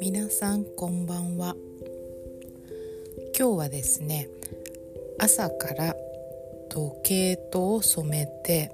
皆さんこんばんは。今日はですね、朝から毛糸を染めて、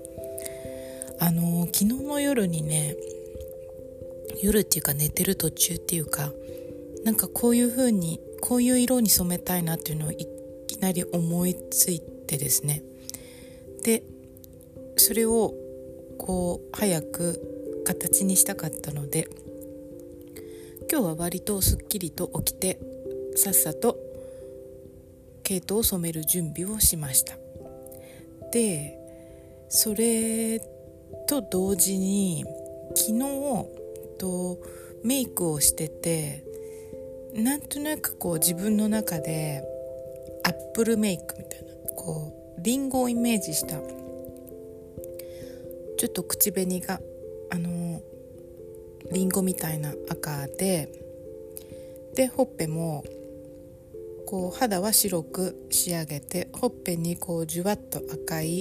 昨日の夜にね、夜っていうか寝てる途中っていうか、なんかこういう風にこういう色に染めたいなっていうのをいきなり思いついてですね、でそれを早く形にしたかったので、今日は割とすっきりと起きてさっさと毛糸を染める準備をしました。でそれと同時に昨日メイクをしてて、なんとなく自分の中でアップルメイクみたいな、リンゴをイメージしたちょっと口紅がリンゴみたいな赤でほっぺも肌は白く仕上げて、ほっぺにじゅわっと赤い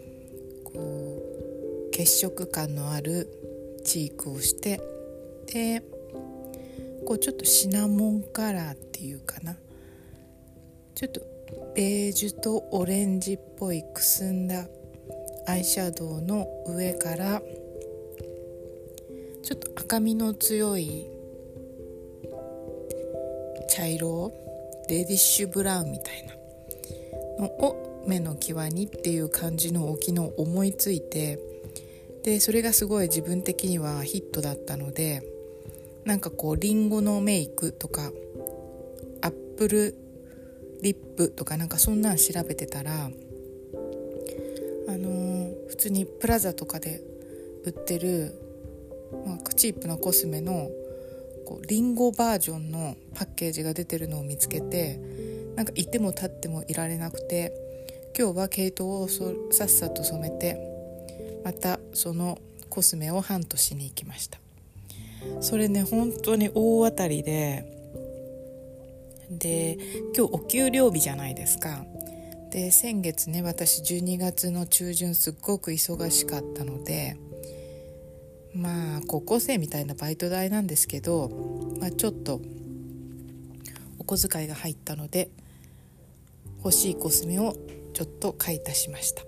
血色感のあるチークをして、でちょっとシナモンカラーっていうかな、ちょっとベージュとオレンジっぽいくすんだアイシャドウの上からちょっと赤みの強い茶色、レディッシュブラウンみたいなのを目の際にっていう感じのを昨日思いついて、でそれがすごい自分的にはヒットだったので、なんかリンゴのメイクとかアップルリップとかなんかそんなん調べてたら、普通にプラザとかで売ってる、チープなコスメのリンゴバージョンのパッケージが出てるのを見つけて、なんかいても立ってもいられなくて、今日は毛糸をさっさと染めて、またそのコスメをハントしに行きました。それね、本当に大当たりで今日お給料日じゃないですか。で先月ね、私12月の中旬すっごく忙しかったので、高校生みたいなバイト代なんですけど、ちょっとお小遣いが入ったので欲しいコスメをちょっと買い足しました。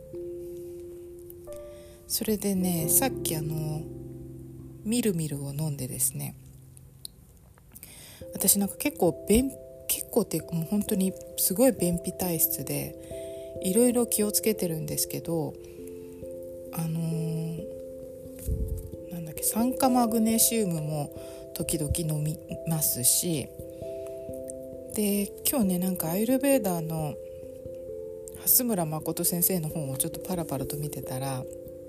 それでね、さっきミルミルを飲んでですね、私なんか結構っていうかもう本当にすごい便秘体質でいろいろ気をつけてるんですけど、酸化マグネシウムも時々飲みますし、で今日ね、なんかアイルベーダーの蓮村誠先生の本をちょっとパラパラと見てたら、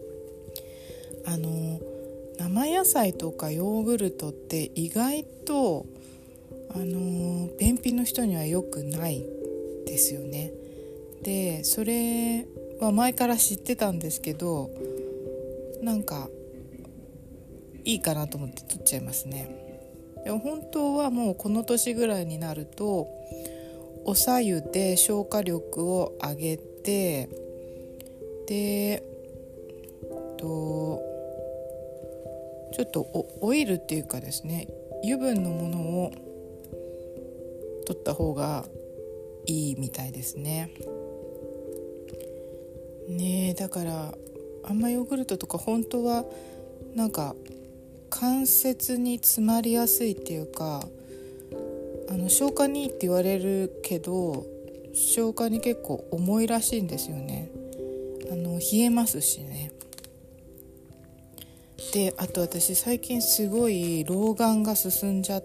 生野菜とかヨーグルトって意外と便秘の人には良くないですよね。でそれは前から知ってたんですけど、なんかいいかなと思って取っちゃいますね。でも本当はもうこの年ぐらいになるとお白湯で消化力を上げて、でちょっとオイルっていうかですね、油分のものを取った方がいいみたいですね。だからあんまヨーグルトとか本当はなんか関節に詰まりやすいっていうか、消化にいいって言われるけど消化に結構重いらしいんですよね。冷えますしね。であと私最近すごい老眼が進んじゃって、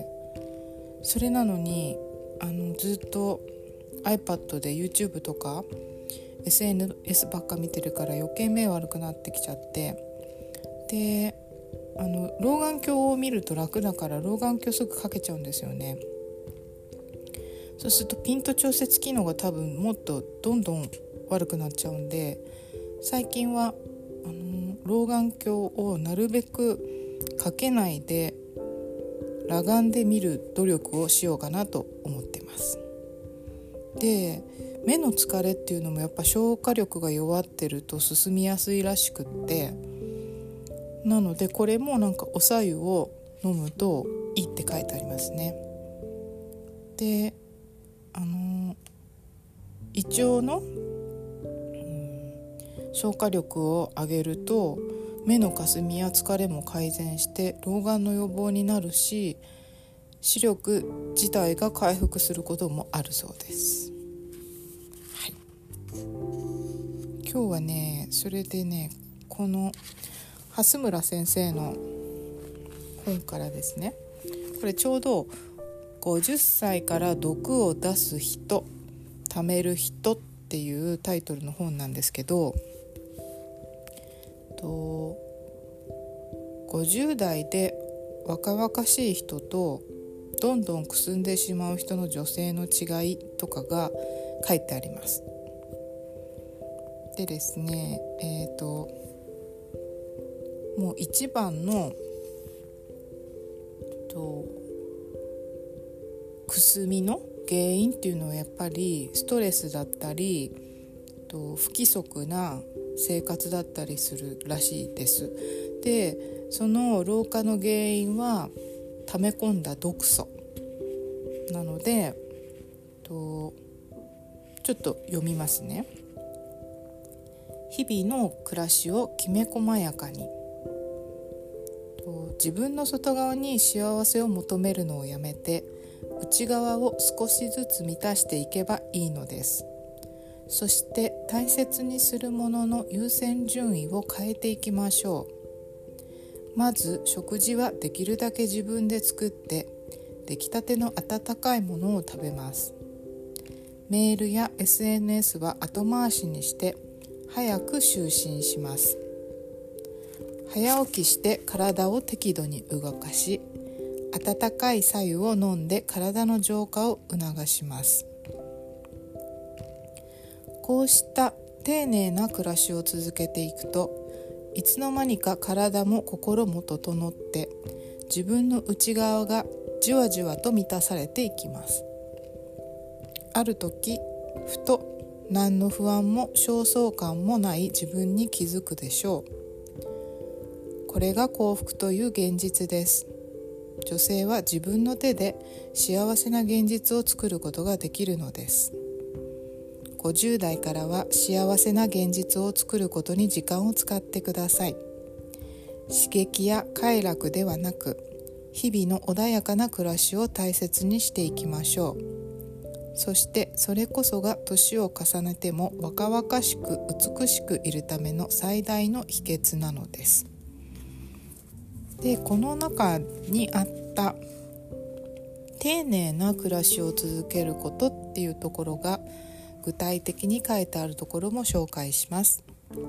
それなのにずっと iPad で YouTube とか SNS ばっか見てるから余計目悪くなってきちゃって、で老眼鏡を見ると楽だから老眼鏡すぐかけちゃうんですよね。そうするとピント調節機能が多分もっとどんどん悪くなっちゃうんで、最近は老眼鏡をなるべくかけないで裸眼で見る努力をしようかなと思ってます。で目の疲れっていうのもやっぱ消化力が弱ってると進みやすいらしくって、なのでこれもなんかお白湯を飲むといいって書いてありますね。で胃腸の、消化力を上げると目のかすみや疲れも改善して老眼の予防になるし、視力自体が回復することもあるそうです。はい、今日はね、それでね、この蓮村先生の本からですね、これちょうど50歳から毒を出す人、貯める人っていうタイトルの本なんですけど、50代で若々しい人とどんどんくすんでしまう人の女性の違いとかが書いてあります。でですね、もう一番のくすみの原因っていうのはやっぱりストレスだったり不規則な生活だったりするらしいです。で、その老化の原因は溜め込んだ毒素なので、ちょっと読みますね。日々の暮らしをきめ細やかに、自分の外側に幸せを求めるのをやめて内側を少しずつ満たしていけばいいのです。そして大切にするものの優先順位を変えていきましょう。まず食事はできるだけ自分で作って出来たての温かいものを食べます。メールや SNS は後回しにして早く就寝します。早起きして体を適度に動かし、温かい白湯を飲んで体の浄化を促します。こうした丁寧な暮らしを続けていくと、いつの間にか体も心も整って自分の内側がじわじわと満たされていきます。ある時ふと何の不安も焦燥感もない自分に気づくでしょう。これが幸福という現実です。女性は自分の手で幸せな現実を作ることができるのです。50代からは幸せな現実を作ることに時間を使ってください。刺激や快楽ではなく、日々の穏やかな暮らしを大切にしていきましょう。そしてそれこそが年を重ねても若々しく美しくいるための最大の秘訣なのです。で、この中にあった丁寧な暮らしを続けることっていうところが具体的に書いてあるところも紹介します。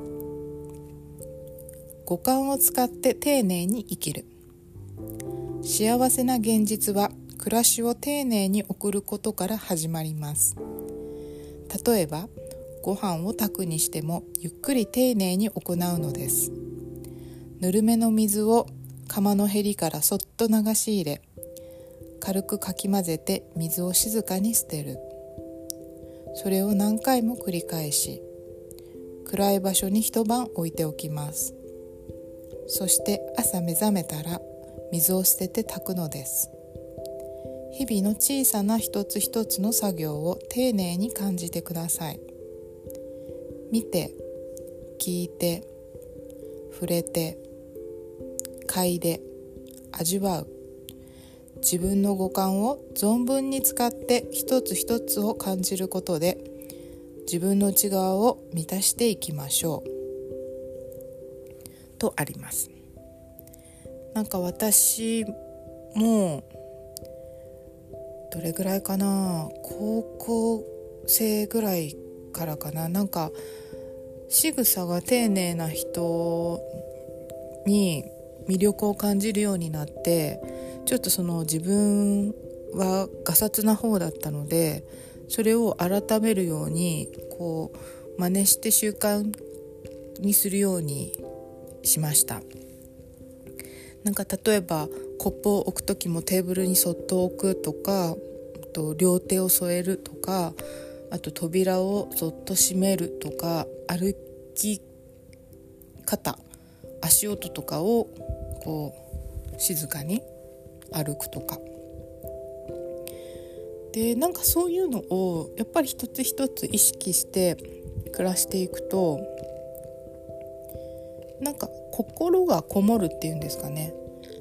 五感を使って丁寧に生きる。幸せな現実は暮らしを丁寧に送ることから始まります。例えばご飯を炊くにしてもゆっくり丁寧に行うのです。ぬるめの水を釜のへりからそっと流し入れ、軽くかき混ぜて水を静かに捨てる。それを何回も繰り返し、暗い場所に一晩置いておきます。そして朝目覚めたら水を捨てて炊くのです。日々の小さな一つ一つの作業を丁寧に感じてください。見て、聞いて、触れて、嗅いで、味わう。自分の五感を存分に使って一つ一つを感じることで自分の内側を満たしていきましょうとあります。なんか私もどれぐらいかな、高校生ぐらいからかな、なんか仕草が丁寧な人に魅力を感じるようになって、ちょっとその自分はガサツな方だったので、それを改めるように真似して習慣にするようにしました。なんか例えばコップを置くときもテーブルにそっと置くとか、両手を添えるとか、あと扉をそっと閉めるとか、歩き方、足音とかを静かに歩くとかで、なんかそういうのをやっぱり一つ一つ意識して暮らしていくと、なんか心がこもるっていうんですかね、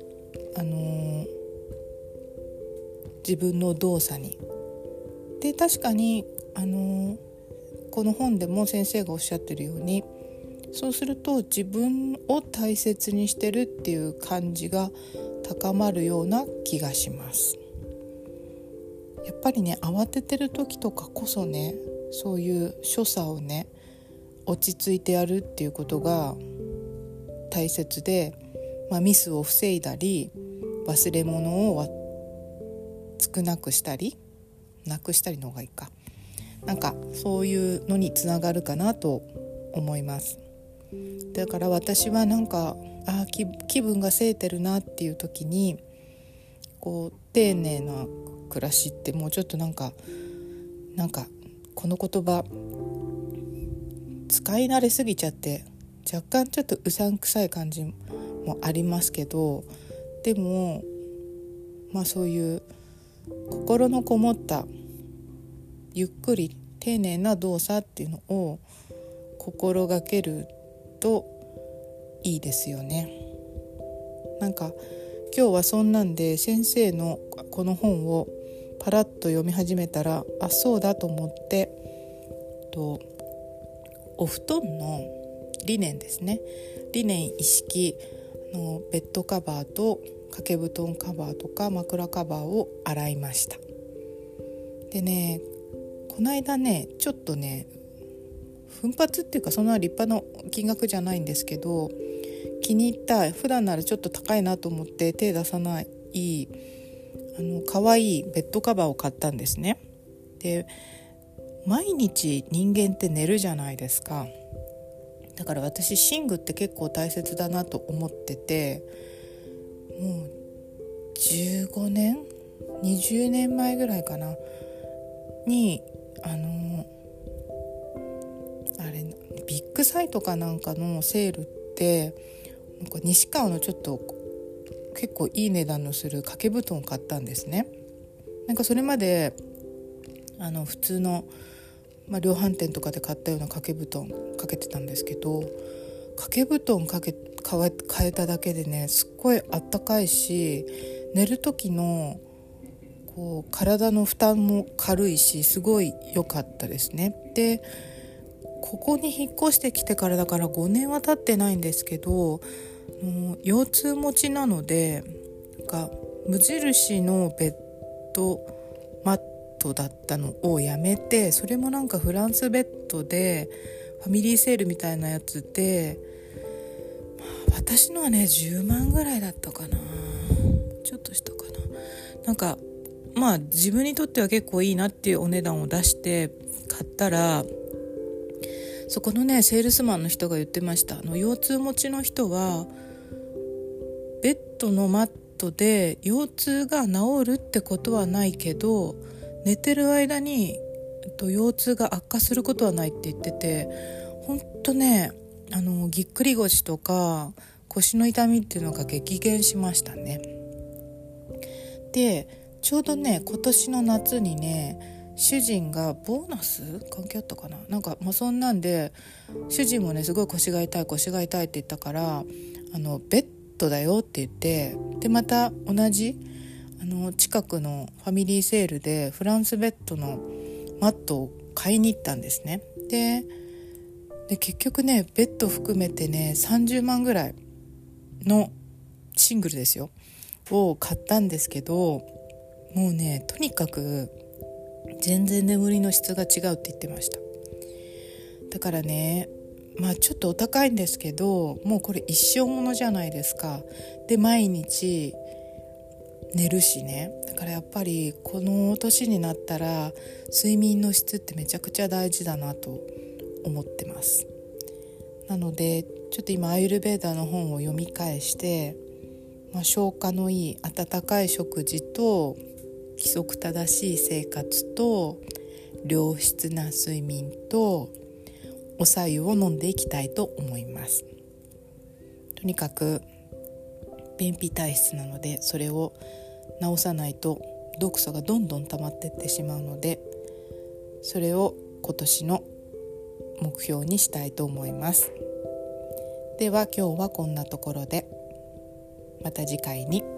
自分の動作に。で確かに、この本でも先生がおっしゃってるように、そうすると自分を大切にしてるっていう感じが高まるような気がします。やっぱりね、慌ててる時とかこそね、そういう所作をね落ち着いてやるっていうことが大切で、ミスを防いだり忘れ物を少なくしたりなくしたりの方がいいか、なんかそういうのにつながるかなと思います。だから私はなんか気分がせいてるなっていう時に、こう丁寧な暮らしって、もうちょっとなんかこの言葉使い慣れすぎちゃって若干ちょっとうさんくさい感じもありますけど、でもそういう心のこもったゆっくり丁寧な動作っていうのを心がけるといいですよね。なんか今日はそんなんで先生のこの本をパラッと読み始めたら、そうだと思って、お布団のリネンですね、リネン一式のベッドカバーと掛け布団カバーとか枕カバーを洗いました。でね、この間ねちょっとね奮発っていうか、そんな立派な金額じゃないんですけど、気に入った、普段ならちょっと高いなと思って手出さない可愛いベッドカバーを買ったんですね。で毎日人間って寝るじゃないですか。だから私寝具って結構大切だなと思ってて、もう15年20年前ぐらいかなにビッグサイトかなんかのセールって、なんか西川のちょっと結構いい値段のする掛け布団を買ったんですね。なんかそれまで普通の、量販店とかで買ったような掛け布団かけてたんですけど、掛け布団変えただけでね、すっごいあったかいし、寝る時のこう体の負担も軽いし、すごい良かったですね。でここに引っ越してきてからだから5年は経ってないんですけど、腰痛持ちなので、なんか無印のベッドマットだったのをやめて、それもなんかフランスベッドでファミリーセールみたいなやつで、私のはね10万ぐらいだったかな、ちょっとしたかな。なんか自分にとっては結構いいなっていうお値段を出して買ったら、そこのねセールスマンの人が言ってました。腰痛持ちの人はベッドのマットで腰痛が治るってことはないけど、寝てる間に腰痛が悪化することはないって言ってて、ほんとねぎっくり腰とか腰の痛みっていうのが激減しましたね。でちょうどね今年の夏にね、主人がボーナス関係あったかな、なんかそんなんで主人もねすごい腰が痛いって言ったから、ベッドだよって言って、でまた同じ近くのファミリーセールでフランスベッドのマットを買いに行ったんですね。で結局ねベッド含めてね30万ぐらいのシングルですよを買ったんですけど、もうねとにかく全然眠りの質が違うって言ってました。だからねちょっとお高いんですけど、もうこれ一生ものじゃないですか。で毎日寝るしね。だからやっぱりこの年になったら睡眠の質ってめちゃくちゃ大事だなと思ってます。なのでちょっと今アーユルヴェーダの本を読み返して、消化のいい温かい食事と規則正しい生活と良質な睡眠とお白湯を飲んでいきたいと思います。とにかく便秘体質なので、それを直さないと毒素がどんどん溜まっていってしまうので、それを今年の目標にしたいと思います。では今日はこんなところで、また次回に。